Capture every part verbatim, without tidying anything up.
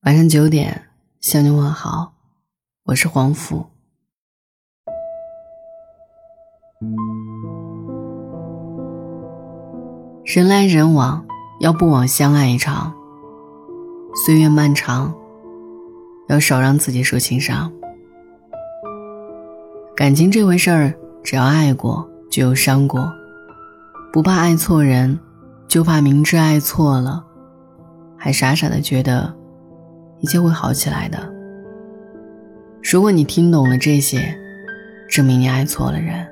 晚上九点向你问好，我是黄甫。人来人往，要不枉相爱一场。岁月漫长，要少让自己受情伤。感情这回事儿，只要爱过就有伤过，不怕爱错人，就怕明知爱错了，还傻傻的觉得一切会好起来的。如果你听懂了这些，证明你爱错了人。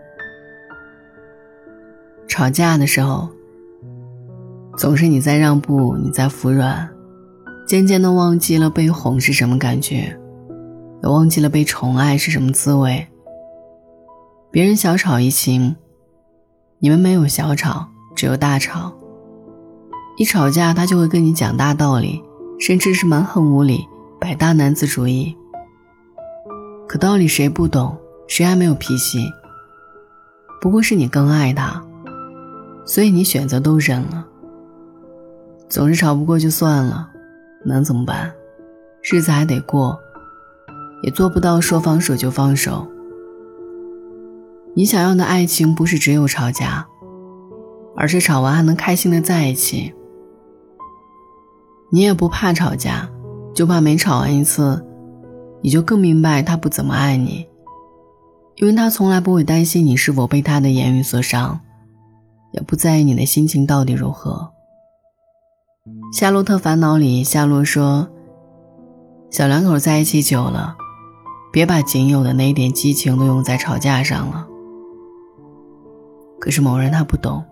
吵架的时候，总是你在让步，你在服软，渐渐地忘记了被哄是什么感觉，也忘记了被宠爱是什么滋味。别人小吵怡情，你们没有小吵，只有大吵。一吵架他就会跟你讲大道理，甚至是蛮横无理，摆大男子主义。可道理谁不懂，谁还没有脾气？不过是你更爱他，所以你选择都忍了。总是吵不过就算了，能怎么办？日子还得过，也做不到说放手就放手。你想要的爱情不是只有吵架，而是吵完还能开心的在一起。你也不怕吵架，就怕每吵完一次，你就更明白他不怎么爱你，因为他从来不会担心你是否被他的言语所伤，也不在意你的心情到底如何。夏洛特烦恼里，夏洛说，小两口在一起久了，别把仅有的那一点激情都用在吵架上了。可是某人他不懂，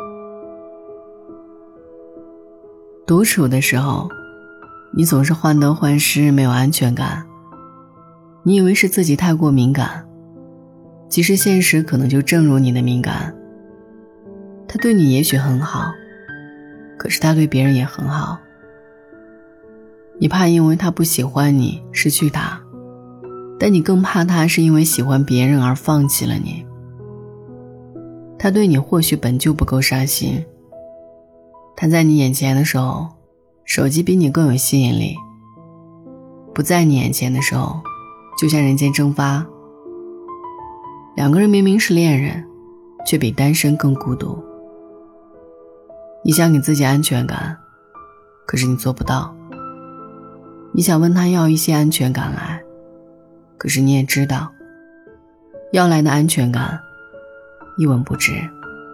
独处的时候，你总是患得患失，没有安全感。你以为是自己太过敏感，其实现实可能就正如你的敏感。他对你也许很好，可是他对别人也很好。你怕因为他不喜欢你失去他，但你更怕他是因为喜欢别人而放弃了你。他对你或许本就不够上心，他在你眼前的时候，手机比你更有吸引力，不在你眼前的时候，就像人间蒸发。两个人明明是恋人，却比单身更孤独。你想给自己安全感，可是你做不到。你想问他要一些安全感来，可是你也知道，要来的安全感一文不值。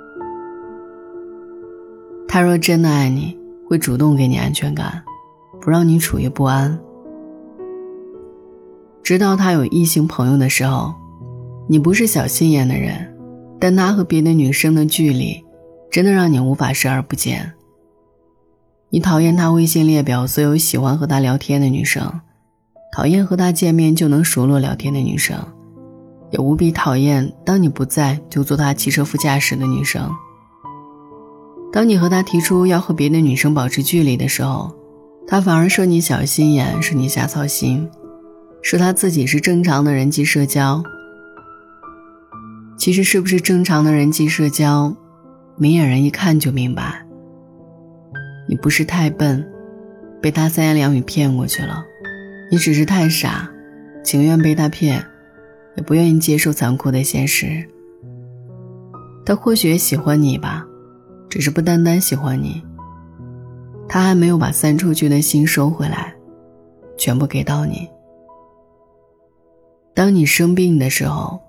他若真的爱你，会主动给你安全感，不让你处于不安。知道他有异性朋友的时候，你不是小心眼的人，但他和别的女生的距离真的让你无法视而不见。你讨厌他微信列表所有喜欢和他聊天的女生，讨厌和他见面就能熟络聊天的女生，也无比讨厌当你不在就坐他汽车副驾驶的女生。当你和他提出要和别的女生保持距离的时候，他反而说你小心眼，说你瞎操心，说他自己是正常的人际社交。其实是不是正常的人际社交，明眼人一看就明白。你不是太笨，被他三言两语骗过去了，你只是太傻，情愿被他骗，也不愿意接受残酷的现实。他或许也喜欢你吧，只是不单单喜欢你，他还没有把散出去的心收回来，全部给到你。当你生病的时候，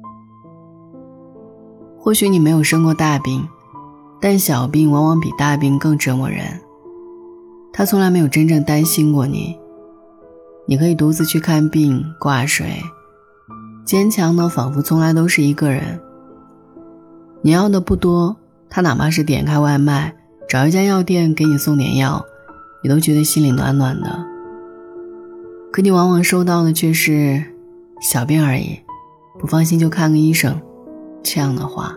或许你没有生过大病，但小病往往比大病更折磨人。他从来没有真正担心过你，你可以独自去看病挂水，坚强的仿佛从来都是一个人。你要的不多，他哪怕是点开外卖，找一家药店给你送点药，你都觉得心里暖暖的。可你往往收到的却是小病而已，不放心就看个医生，这样的话。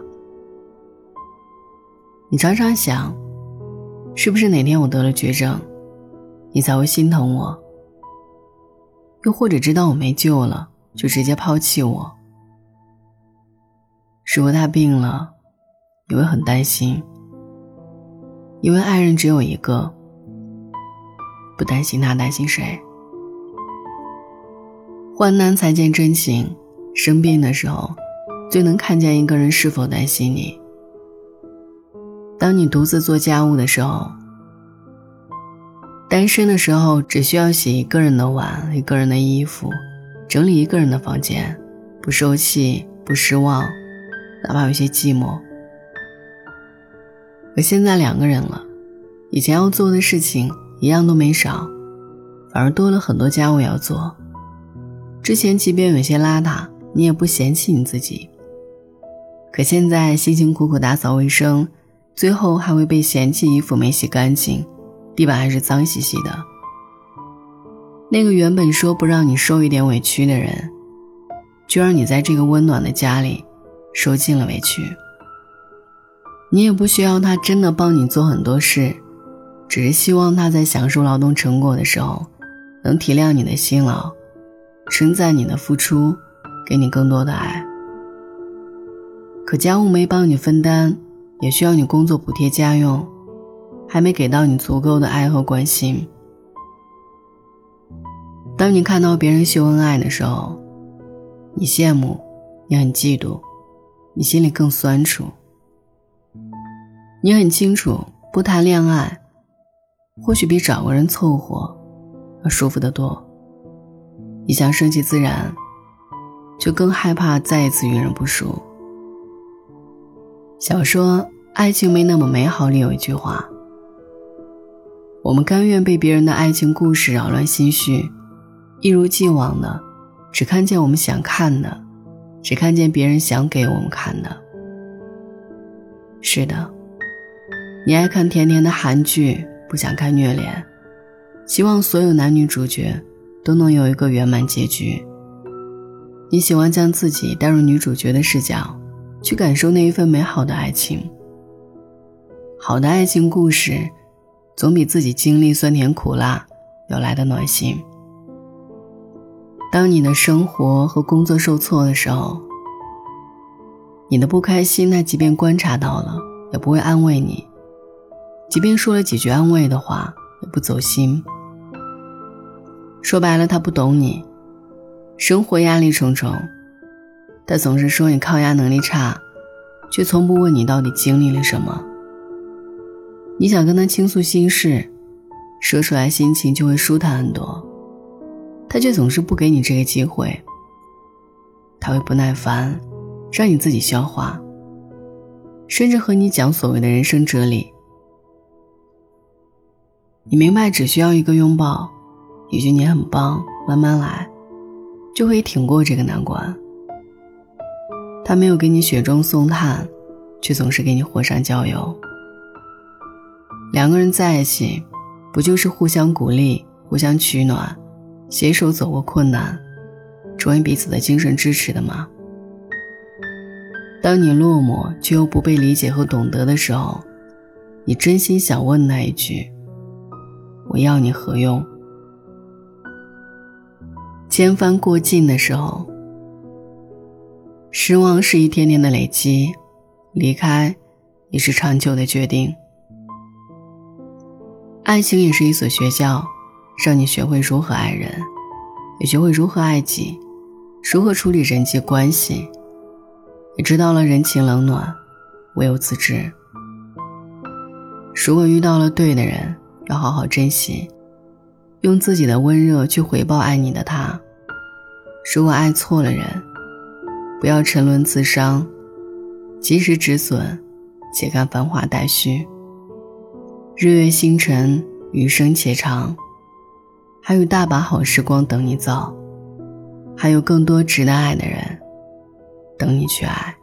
你常常想，是不是哪天我得了绝症，你才会心疼我？又或者知道我没救了，就直接抛弃我？如果他病了，你会很担心，因为爱人只有一个，不担心他担心谁？ 患难才见真情，生病的时候最能看见一个人是否担心你。当你独自做家务的时候，单身的时候只需要洗一个人的碗，一个人的衣服，整理一个人的房间，不受气，不失望，哪怕有些寂寞。可现在两个人了，以前要做的事情一样都没少，反而多了很多家务要做。之前即便有些邋遢，你也不嫌弃你自己，可现在辛辛苦苦打扫卫生，最后还会被嫌弃衣服没洗干净，地板还是脏兮兮的。那个原本说不让你受一点委屈的人，就让你在这个温暖的家里受尽了委屈。你也不需要他真的帮你做很多事，只是希望他在享受劳动成果的时候能体谅你的辛劳，称赞你的付出，给你更多的爱。可家务没帮你分担，也需要你工作补贴家用，还没给到你足够的爱和关心。当你看到别人秀恩爱的时候，你羡慕，你很嫉妒，你心里更酸楚。你很清楚，不谈恋爱或许比找个人凑合要舒服得多。你想顺其自然，就更害怕再一次与人不熟。小说《爱情没那么美好》里有一句话，我们甘愿被别人的爱情故事扰乱心绪，一如既往的只看见我们想看的，只看见别人想给我们看的。是的，你爱看甜甜的韩剧，不想看虐恋，希望所有男女主角都能有一个圆满结局。你喜欢将自己带入女主角的视角，去感受那一份美好的爱情。好的爱情故事总比自己经历酸甜苦辣要来的暖心。当你的生活和工作受挫的时候，你的不开心他即便观察到了也不会安慰你，即便说了几句安慰的话也不走心。说白了，他不懂你，生活压力重重，他总是说你抗压能力差，却从不问你到底经历了什么。你想跟他倾诉心事，说出来心情就会舒坦很多，他却总是不给你这个机会。他会不耐烦，让你自己消化，甚至和你讲所谓的人生哲理。你明白只需要一个拥抱，一句你很棒，慢慢来，就可以挺过这个难关。他没有给你雪中送炭，却总是给你火上浇油。两个人在一起，不就是互相鼓励，互相取暖，携手走过困难，成为彼此的精神支持的吗？当你落寞却又不被理解和懂得的时候，你真心想问那一句，我要你何用？千帆过尽的时候，失望是一天天的累积，离开也是长久的决定。爱情也是一所学校，让你学会如何爱人，也学会如何爱己，如何处理人际关系，也知道了人情冷暖，唯有自知。如果遇到了对的人，要好好珍惜，用自己的温热去回报爱你的他。如果爱错了人，不要沉沦自伤，及时止损，且看繁华待续。日月星辰，余生且长，还有大把好时光等你造，还有更多值得爱的人等你去爱。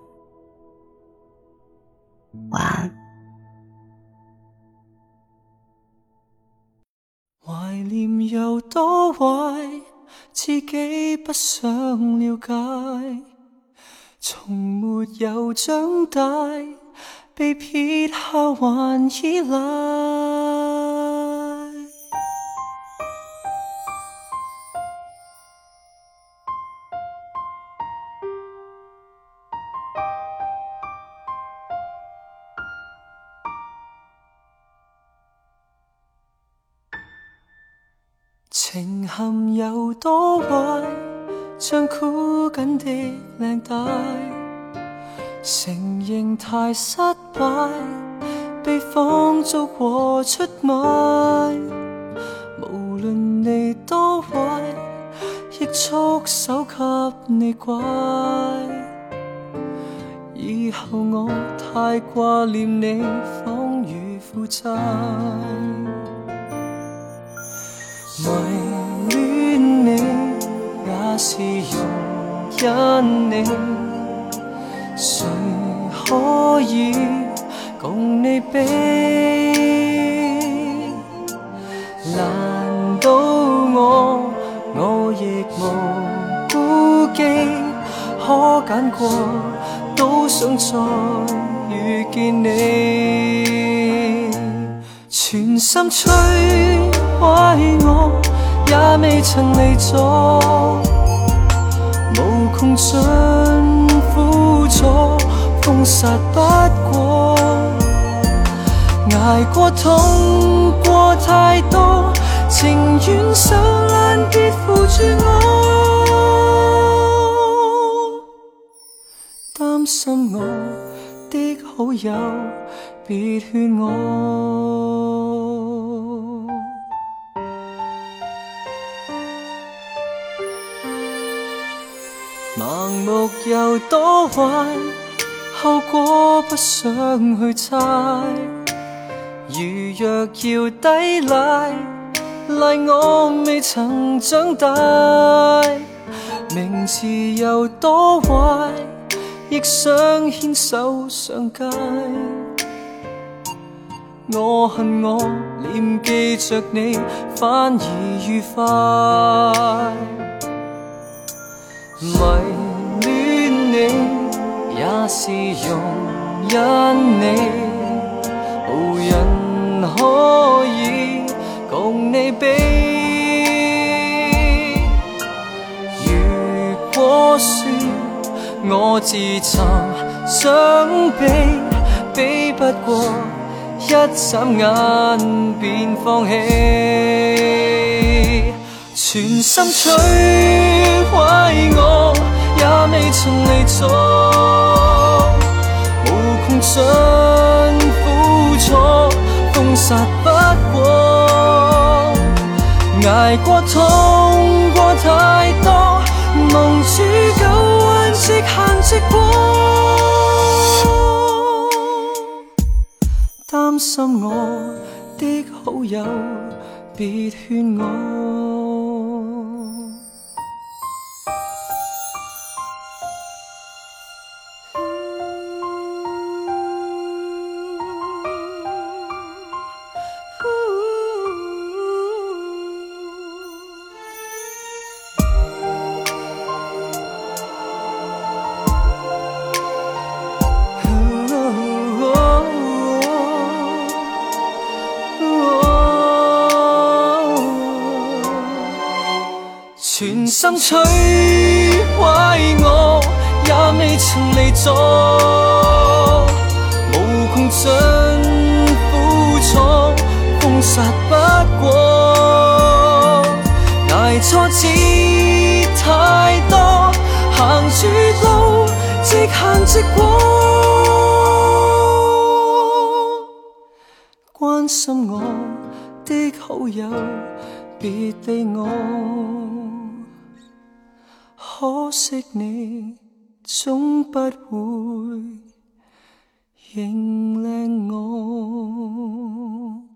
晚安。 怀念有多坏，自己不想了解，从没有长大，被撇下还依赖。情陷有多坏， 像箍紧的领带，承認太失敗，被放逐和出賣。無論你多壞，亦束手給你拐。以後我太掛念你，仿如負債。迷戀你也是容忍你，誰可以共你比？難道我我亦無顧忌？可揀過都想再遇見你，全心摧毀我，也未曾離座，無窮盡苦楚，封殺不過，捱過痛過太多，情願受難別扶住我，擔心我的好友別勸我。盲目有多壞，後果不想去猜。如若要抵賴，賴我未曾長大。明知有多壞，亦想牽手上街。我恨我念記着你，反而愉快。迷戀你也是容忍你，無人可以共你比。如果說我自尋想避，比不過一眨眼便放棄。全心摧毀我，也未曾離座，無窮盡苦楚，封殺不過，捱過痛過太多，蒙住舊患直行直過，擔心我的好友別勸我。全心摧毀我，也未曾離座，無窮盡苦楚，封殺不過，捱挫折太多，行住路直行直過，關心我的好友別理我，可惜你總不會認領我。